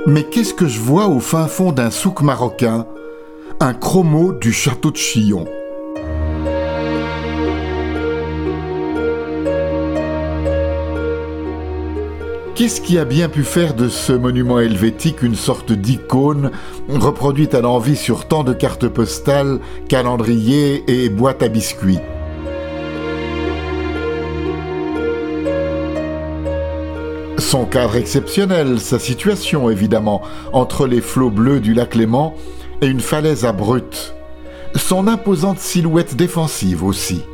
Mais qu'est-ce que je vois au fin fond d'un souk marocain? Un chromo du château de Chillon. Qu'est-ce qui a bien pu faire de ce monument helvétique une sorte d'icône reproduite à l'envi sur tant de cartes postales, calendriers et boîtes à biscuits? Son cadre exceptionnel, sa situation évidemment, entre les flots bleus du lac Léman et une falaise abrupte. Son imposante silhouette défensive aussi.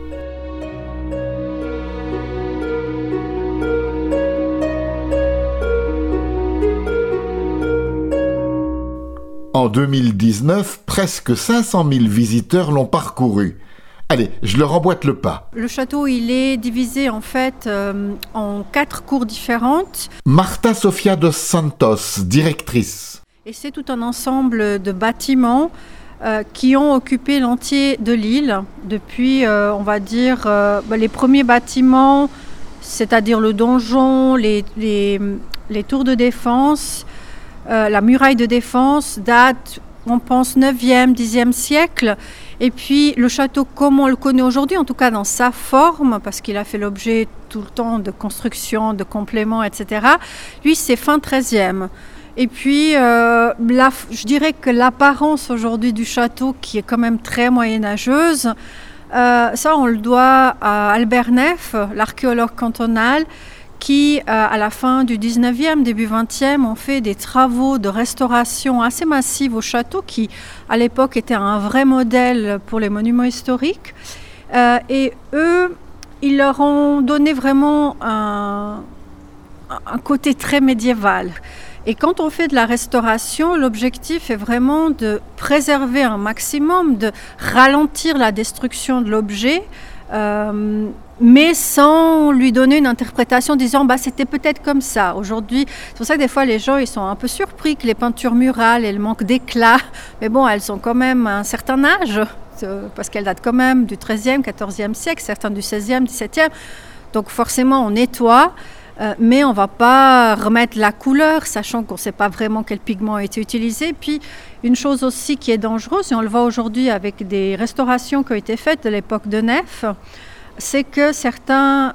En 2019, presque 500 000 visiteurs l'ont parcouru. Allez, je leur emboîte le pas. Le château, il est divisé en fait en 4 cours différentes. Marta Sofia dos Santos, directrice. Et c'est tout un ensemble de bâtiments qui ont occupé l'entier de l'île depuis, on va dire, les premiers bâtiments, c'est-à-dire le donjon, les tours de défense, la muraille de défense date, on pense, 9e, 10e siècle. Et puis le château comme on le connaît aujourd'hui, en tout cas dans sa forme, parce qu'il a fait l'objet tout le temps de construction, de compléments, etc. Lui, c'est fin 13e. Et puis, je dirais que l'apparence aujourd'hui du château, qui est quand même très moyenâgeuse, ça on le doit à Albert Neff, l'archéologue cantonal, qui, à la fin du 19e, début 20e, ont fait des travaux de restauration assez massifs au château, qui, à l'époque, était un vrai modèle pour les monuments historiques. Et eux, ils leur ont donné vraiment un côté très médiéval. Et quand on fait de la restauration, l'objectif est vraiment de préserver un maximum, de ralentir la destruction de l'objet, mais sans lui donner une interprétation disant c'était peut-être comme ça. Aujourd'hui, c'est pour ça que des fois les gens ils sont un peu surpris que les peintures murales elles manquent d'éclat, mais bon, elles ont quand même un certain âge, parce qu'elles datent quand même du XIIIe, XIVe siècle, certains du XVIe, XVIIe, donc forcément on nettoie, mais on ne va pas remettre la couleur, sachant qu'on ne sait pas vraiment quel pigment a été utilisé. Puis une chose aussi qui est dangereuse, et on le voit aujourd'hui avec des restaurations qui ont été faites de l'époque de Neff, c'est que certaines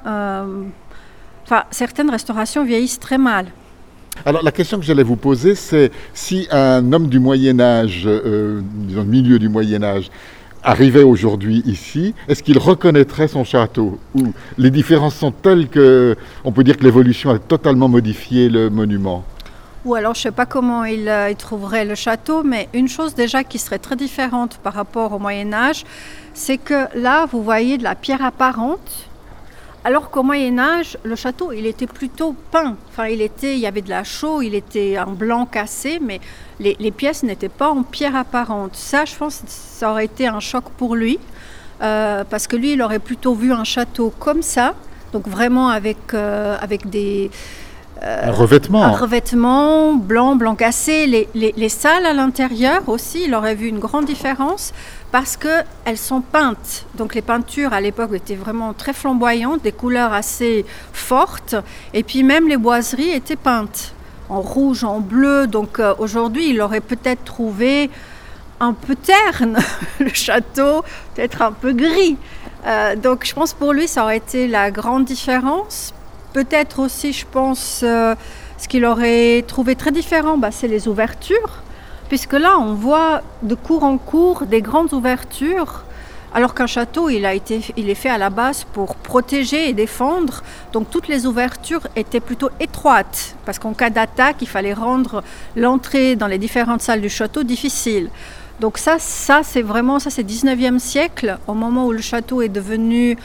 restaurations vieillissent très mal. Alors la question que j'allais vous poser, c'est si un homme du Moyen-Âge, disons milieu du Moyen-Âge, arrivait aujourd'hui ici, est-ce qu'il reconnaîtrait son château? Ou les différences sont telles qu'on peut dire que l'évolution a totalement modifié le monument? Ou alors je ne sais pas comment il trouverait le château, mais une chose déjà qui serait très différente par rapport au Moyen-Âge, c'est que là, vous voyez de la pierre apparente, alors qu'au Moyen-Âge, le château, il était plutôt peint. Enfin, il y avait de la chaux, il était en blanc cassé, mais les pièces n'étaient pas en pierre apparente. Ça, je pense que ça aurait été un choc pour lui, parce que lui, il aurait plutôt vu un château comme ça, donc vraiment avec des... un revêtement blanc cassé. Les salles à l'intérieur aussi, il aurait vu une grande différence parce qu'elles sont peintes. Donc les peintures à l'époque étaient vraiment très flamboyantes, des couleurs assez fortes. Et puis même les boiseries étaient peintes en rouge, en bleu. Donc aujourd'hui, il aurait peut-être trouvé un peu terne le château, peut-être un peu gris. Donc je pense pour lui, ça aurait été la grande différence. Peut-être aussi, je pense, ce qu'il aurait trouvé très différent, c'est les ouvertures. Puisque là, on voit de cour en cour des grandes ouvertures, alors qu'un château, il est fait à la base pour protéger et défendre. Donc toutes les ouvertures étaient plutôt étroites, parce qu'en cas d'attaque, il fallait rendre l'entrée dans les différentes salles du château difficile. Donc ça c'est 19e siècle, au moment où le château est devenu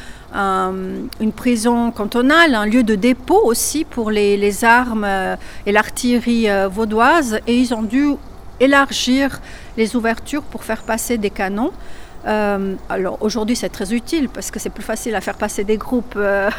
une prison cantonale, un lieu de dépôt aussi pour les armes et l'artillerie vaudoise, et ils ont dû élargir les ouvertures pour faire passer des canons. Alors aujourd'hui c'est très utile parce que c'est plus facile à faire passer des groupes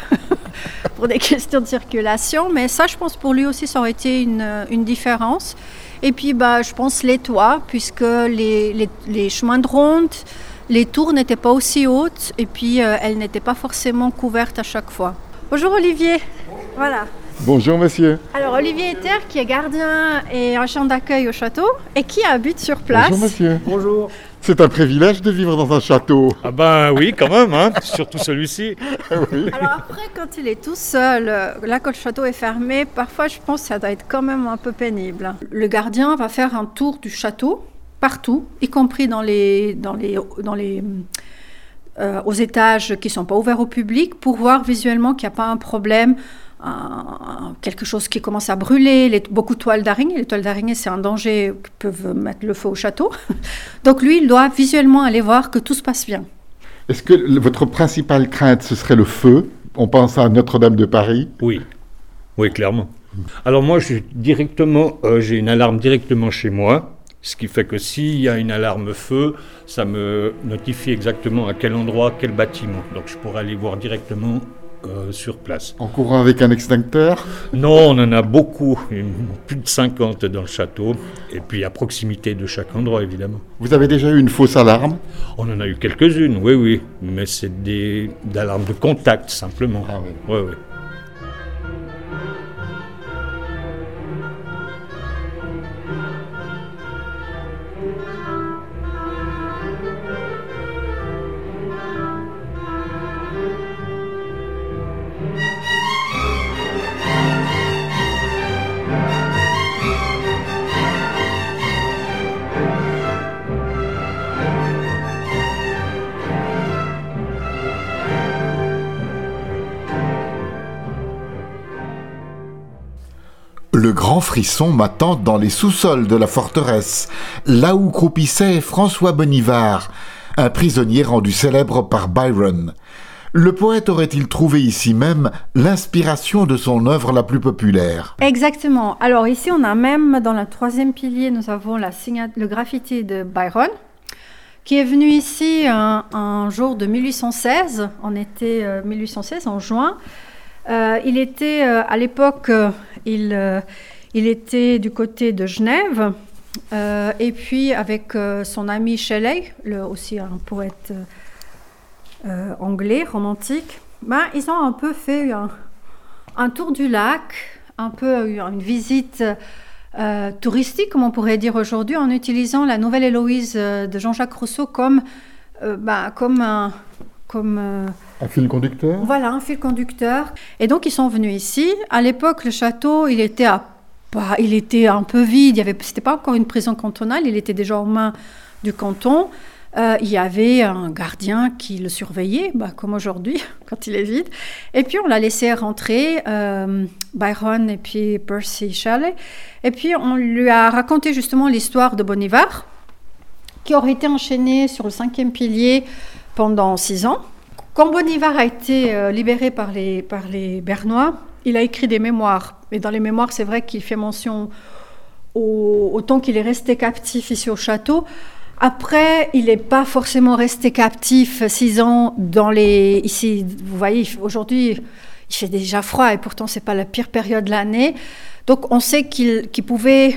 pour des questions de circulation, mais ça je pense pour lui aussi ça aurait été une différence. Et puis je pense les toits, puisque les chemins de ronde, les tours n'étaient pas aussi hautes et puis elles n'étaient pas forcément couvertes à chaque fois. Bonjour Olivier. Voilà. Bonjour monsieur. Alors Olivier Ether qui est gardien et en chambre d'accueil au château et qui habite sur place. Bonjour monsieur. Bonjour. C'est un privilège de vivre dans un château. Ah ben oui, quand même, hein, surtout celui-ci. Oui. Alors après, quand il est tout seul, là quand le château est fermé, parfois je pense que ça doit être quand même un peu pénible. Le gardien va faire un tour du château, partout, y compris aux étages qui ne sont pas ouverts au public, pour voir visuellement qu'il n'y a pas un problème, quelque chose qui commence à brûler, beaucoup de toiles d'araignée. Les toiles d'araignée, c'est un danger qui peuvent mettre le feu au château. Donc lui, il doit visuellement aller voir que tout se passe bien. Est-ce que votre principale crainte, ce serait le feu? On pense à Notre-Dame de Paris. Oui, clairement. Alors moi, j'ai une alarme directement chez moi, ce qui fait que s'il y a une alarme feu, ça me notifie exactement à quel endroit, quel bâtiment. Donc je pourrais aller voir directement sur place. En courant avec un extincteur? Non, on en a beaucoup, plus de 50 dans le château, et puis à proximité de chaque endroit, évidemment. Vous avez déjà eu une fausse alarme? On en a eu quelques-unes, oui, mais c'est des alarmes de contact, simplement. Ah oui. Oui. Le grand frisson m'attend dans les sous-sols de la forteresse, là où croupissait François Bonivard, un prisonnier rendu célèbre par Byron. Le poète aurait-il trouvé ici même l'inspiration de son œuvre la plus populaire? Exactement. Alors ici, on a même, dans le 3e pilier, nous avons le graffiti de Byron, qui est venu ici un jour de 1816, en été 1816, en juin. Il était, à l'époque, il était du côté de Genève, et puis avec son ami Shelley, aussi un poète anglais, romantique, ils ont un peu fait un tour du lac, un peu une visite touristique, comme on pourrait dire aujourd'hui, en utilisant la Nouvelle Héloïse de Jean-Jacques Rousseau comme un fil conducteur? Voilà, un fil conducteur. Et donc, ils sont venus ici. À l'époque, le château, il était un peu vide. C'était pas encore une prison cantonale. Il était déjà aux mains du canton. Il y avait un gardien qui le surveillait, comme aujourd'hui, quand il est vide. Et puis, on l'a laissé rentrer, Byron et puis Percy Shelley. Et puis, on lui a raconté justement l'histoire de Bonivard, qui aurait été enchaîné sur le 5e pilier pendant 6 ans. Quand Bonivard a été libéré par les Bernois, il a écrit des mémoires. Et dans les mémoires, c'est vrai qu'il fait mention au temps qu'il est resté captif ici au château. Après, il n'est pas forcément resté captif 6 ans ici, vous voyez, aujourd'hui, il fait déjà froid et pourtant, ce n'est pas la pire période de l'année. Donc, on sait qu'il pouvait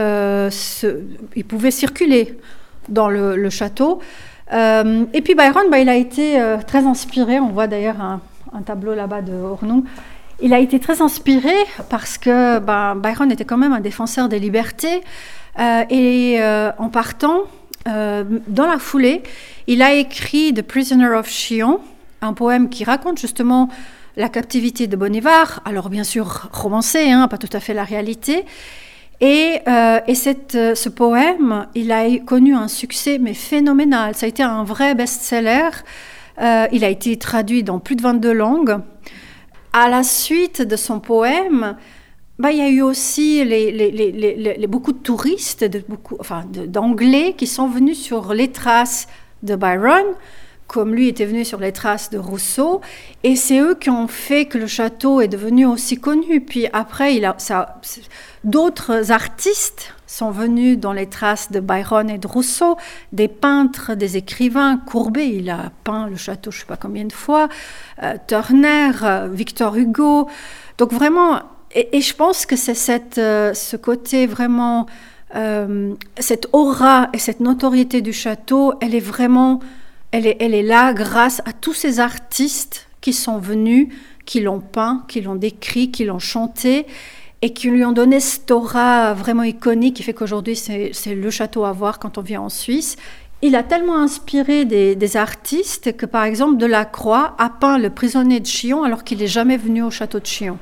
circuler dans le château. Et puis Byron, il a été très inspiré. On voit d'ailleurs un tableau là-bas de Ornou. Il a été très inspiré parce que Byron était quand même un défenseur des libertés. En partant, dans la foulée, il a écrit The Prisoner of Chillon, un poème qui raconte justement la captivité de Bonivard. Alors bien sûr romancé, pas tout à fait la réalité. Et ce poème, il a connu un succès mais phénoménal. Ça a été un vrai best-seller. Il a été traduit dans plus de 22 langues. À la suite de son poème, il y a eu aussi beaucoup de touristes, d'Anglais qui sont venus sur les traces de Byron, comme lui était venu sur les traces de Rousseau. Et c'est eux qui ont fait que le château est devenu aussi connu. Puis après, d'autres artistes sont venus dans les traces de Byron et de Rousseau, des peintres, des écrivains. Courbet, il a peint le château je ne sais pas combien de fois, Turner, Victor Hugo. Donc vraiment, et je pense que c'est ce côté vraiment, cette aura et cette notoriété du château, elle est là grâce à tous ces artistes qui sont venus, qui l'ont peint, qui l'ont décrit, qui l'ont chanté et qui lui ont donné cette aura vraiment iconique qui fait qu'aujourd'hui c'est le château à voir quand on vient en Suisse. Il a tellement inspiré des artistes que par exemple Delacroix a peint le prisonnier de Chillon alors qu'il n'est jamais venu au château de Chillon.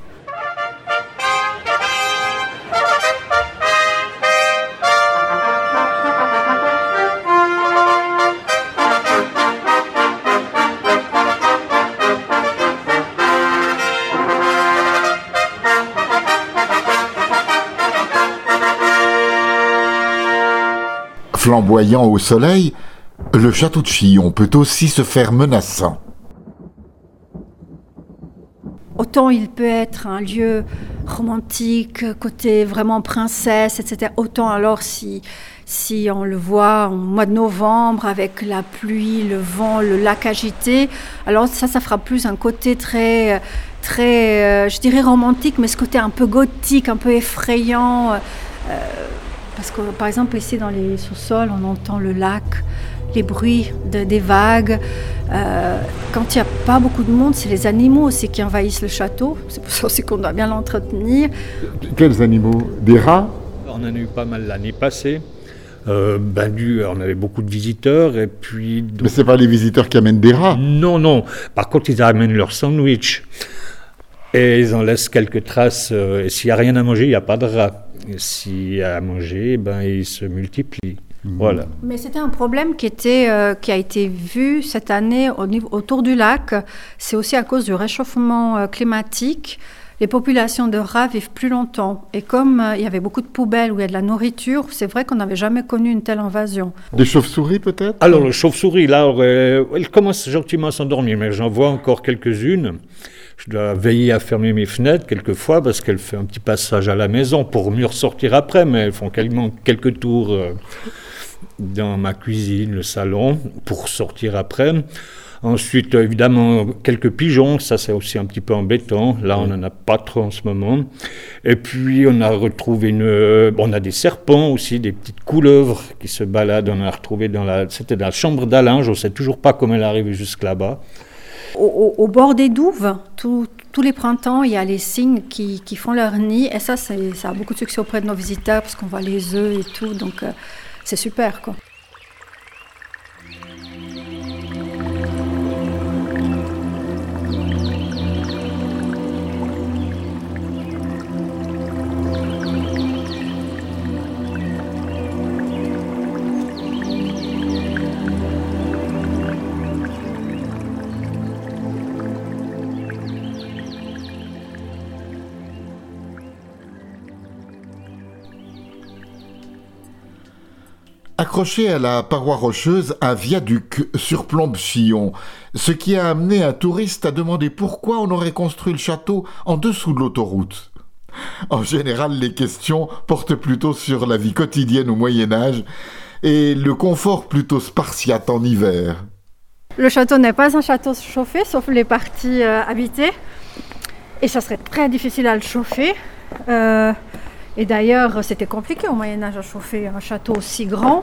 Flamboyant au soleil, le château de Chillon peut aussi se faire menaçant. Autant il peut être un lieu romantique, côté vraiment princesse, etc. Autant alors si on le voit au mois de novembre avec la pluie, le vent, le lac agité, alors ça fera plus un côté très, je dirais romantique, mais ce côté un peu gothique, un peu effrayant. Parce que, par exemple, ici, dans les sous-sols, on entend le lac, les bruits des vagues. Quand il n'y a pas beaucoup de monde, c'est les animaux aussi qui envahissent le château. C'est pour ça aussi qu'on doit bien l'entretenir. Quels animaux? Des rats? On en a eu pas mal l'année passée. On avait beaucoup de visiteurs et puis... Mais ce n'est pas les visiteurs qui amènent des rats? Non. Par contre, ils amènent leur sandwich. Et ils en laissent quelques traces. Et s'il n'y a rien à manger, il n'y a pas de rats. Et s'il y a à manger, ils se multiplient. Voilà. Mais c'était un problème qui a été vu cette année autour du lac. C'est aussi à cause du réchauffement climatique. Les populations de rats vivent plus longtemps. Et comme il y avait beaucoup de poubelles où il y a de la nourriture, c'est vrai qu'on n'avait jamais connu une telle invasion. Des chauves-souris peut-être? Alors, les chauves-souris, là, elles commencent gentiment à s'endormir, mais j'en vois encore quelques-unes. Je dois veiller à fermer mes fenêtres quelquefois parce qu'elles font un petit passage à la maison pour mieux ressortir après, mais elles font quelques tours dans ma cuisine, le salon, pour sortir après. Ensuite, évidemment, quelques pigeons, ça c'est aussi un petit peu embêtant. Là, on n'en a pas trop en ce moment. Et puis, on a retrouvé on a des serpents aussi, des petites couleuvres qui se baladent. On a retrouvé c'était dans la chambre d'Alain, je ne sais toujours pas comment elle est arrivée jusque là-bas. Au bord des douves, tous les printemps, il y a les cygnes qui font leur nid. Et ça a beaucoup de succès auprès de nos visiteurs parce qu'on voit les œufs et tout. Donc, c'est super, quoi. Accroché à la paroi rocheuse, un viaduc surplombe Chillon, ce qui a amené un touriste à demander pourquoi on aurait construit le château en dessous de l'autoroute. En général, les questions portent plutôt sur la vie quotidienne au Moyen-Âge et le confort plutôt spartiate en hiver. Le château n'est pas un château chauffé, sauf les parties habitées. Et ça serait très difficile à le chauffer. Et d'ailleurs, c'était compliqué au Moyen-Âge à chauffer un château aussi grand.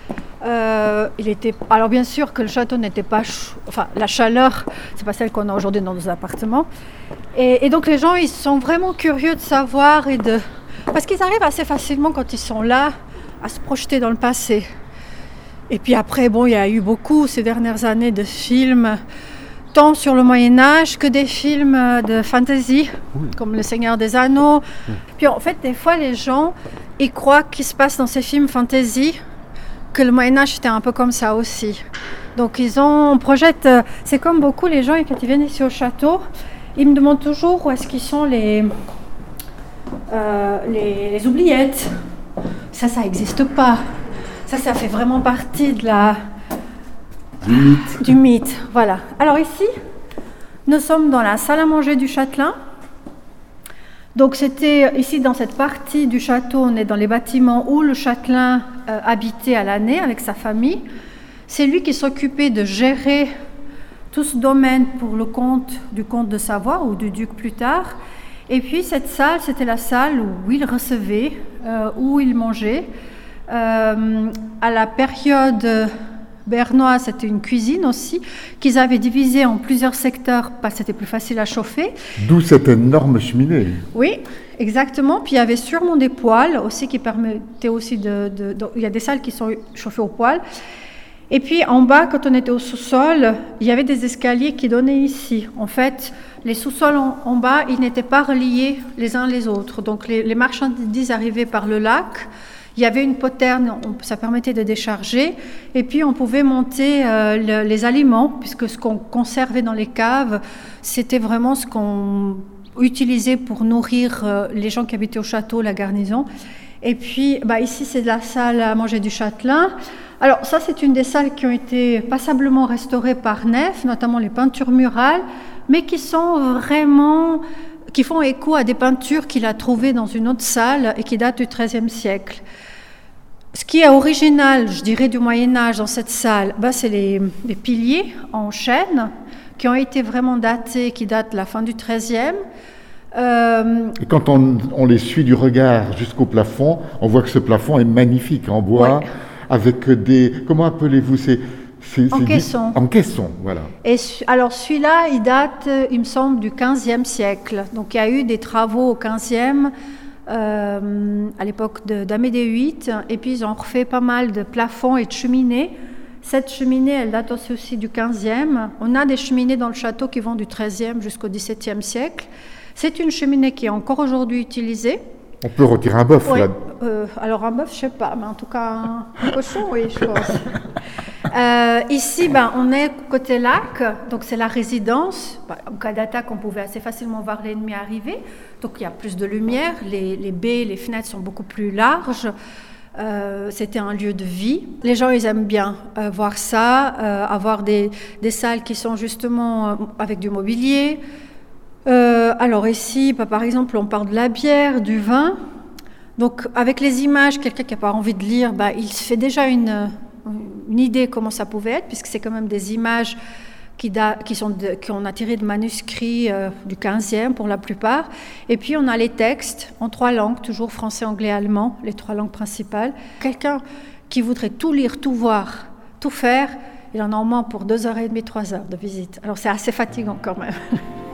Alors bien sûr que le château n'était pas... la chaleur, c'est pas celle qu'on a aujourd'hui dans nos appartements. Et donc les gens, ils sont vraiment curieux de savoir parce qu'ils arrivent assez facilement quand ils sont là à se projeter dans le passé. Et puis après, il y a eu beaucoup ces dernières années de films, tant sur le Moyen-Âge que des films de fantasy, comme Le Seigneur des Anneaux. Puis en fait, des fois, les gens, ils croient qu'il se passe dans ces films fantasy que le Moyen-Âge était un peu comme ça aussi. Donc on projette, c'est comme beaucoup les gens, et quand ils viennent ici au château, ils me demandent toujours où est-ce qu'ils sont les oubliettes. Ça n'existe pas. Ça fait vraiment partie du mythe. Voilà. Alors ici, nous sommes dans la salle à manger du châtelain. Donc c'était ici dans cette partie du château, on est dans les bâtiments où le châtelain habitait à l'année avec sa famille. C'est lui qui s'occupait de gérer tout ce domaine pour le compte du comte de Savoie ou du duc plus tard. Et puis cette salle, c'était la salle où il recevait, où il mangeait. À la période bernois, c'était une cuisine aussi, qu'ils avaient divisée en plusieurs secteurs parce que c'était plus facile à chauffer. D'où cette énorme cheminée. Oui, exactement. Puis il y avait sûrement des poêles aussi qui permettaient aussi il y a des salles qui sont chauffées au poêle. Et puis en bas, quand on était au sous-sol, il y avait des escaliers qui donnaient ici. En fait, les sous-sols en bas, ils n'étaient pas reliés les uns les autres. Donc les marchandises arrivaient par le lac. Il y avait une poterne, ça permettait de décharger. Et puis on pouvait monter les aliments, puisque ce qu'on conservait dans les caves, c'était vraiment ce qu'on utilisait pour nourrir les gens qui habitaient au château, la garnison. Et puis ici, c'est la salle à manger du châtelain. Alors ça, c'est une des salles qui ont été passablement restaurées par Neff, notamment les peintures murales, mais qui font écho à des peintures qu'il a trouvées dans une autre salle et qui datent du XIIIe siècle. Ce qui est original, je dirais, du Moyen-Âge dans cette salle, c'est les piliers en chêne qui ont été vraiment datés, qui datent de la fin du XIIIe. Et quand on les suit du regard jusqu'au plafond, on voit que ce plafond est magnifique en bois. Ouais. Avec comment appelez-vous en caisson. En caisson, voilà. Et alors celui-là, il date, il me semble, du XVe siècle. Donc il y a eu des travaux au XVe, à l'époque d'Amédée VIII, et puis ils ont refait pas mal de plafonds et de cheminées. Cette cheminée, elle date aussi du XVe. On a des cheminées dans le château qui vont du XIIIe jusqu'au XVIIe siècle. C'est une cheminée qui est encore aujourd'hui utilisée. On peut retirer un bœuf, oui. Là. Alors un bœuf, je ne sais pas, mais en tout cas un cochon, oui, je pense. Ici, on est côté lac, donc c'est la résidence. En cas d'attaque, on pouvait assez facilement voir l'ennemi arriver. Donc il y a plus de lumière, les baies, les fenêtres sont beaucoup plus larges. C'était un lieu de vie. Les gens, ils aiment bien voir ça, avoir des salles qui sont justement avec du mobilier. Alors ici, par exemple, on parle de la bière, du vin. Donc avec les images, quelqu'un qui n'a pas envie de lire, il se fait déjà une idée comment ça pouvait être, puisque c'est quand même des images qui ont attiré de manuscrits du 15e pour la plupart. Et puis on a les textes en 3 langues, toujours français, anglais, allemand, les 3 langues principales. Quelqu'un qui voudrait tout lire, tout voir, tout faire, il en a au moins pour 2h30, 3 heures de visite. Alors c'est assez fatigant quand même.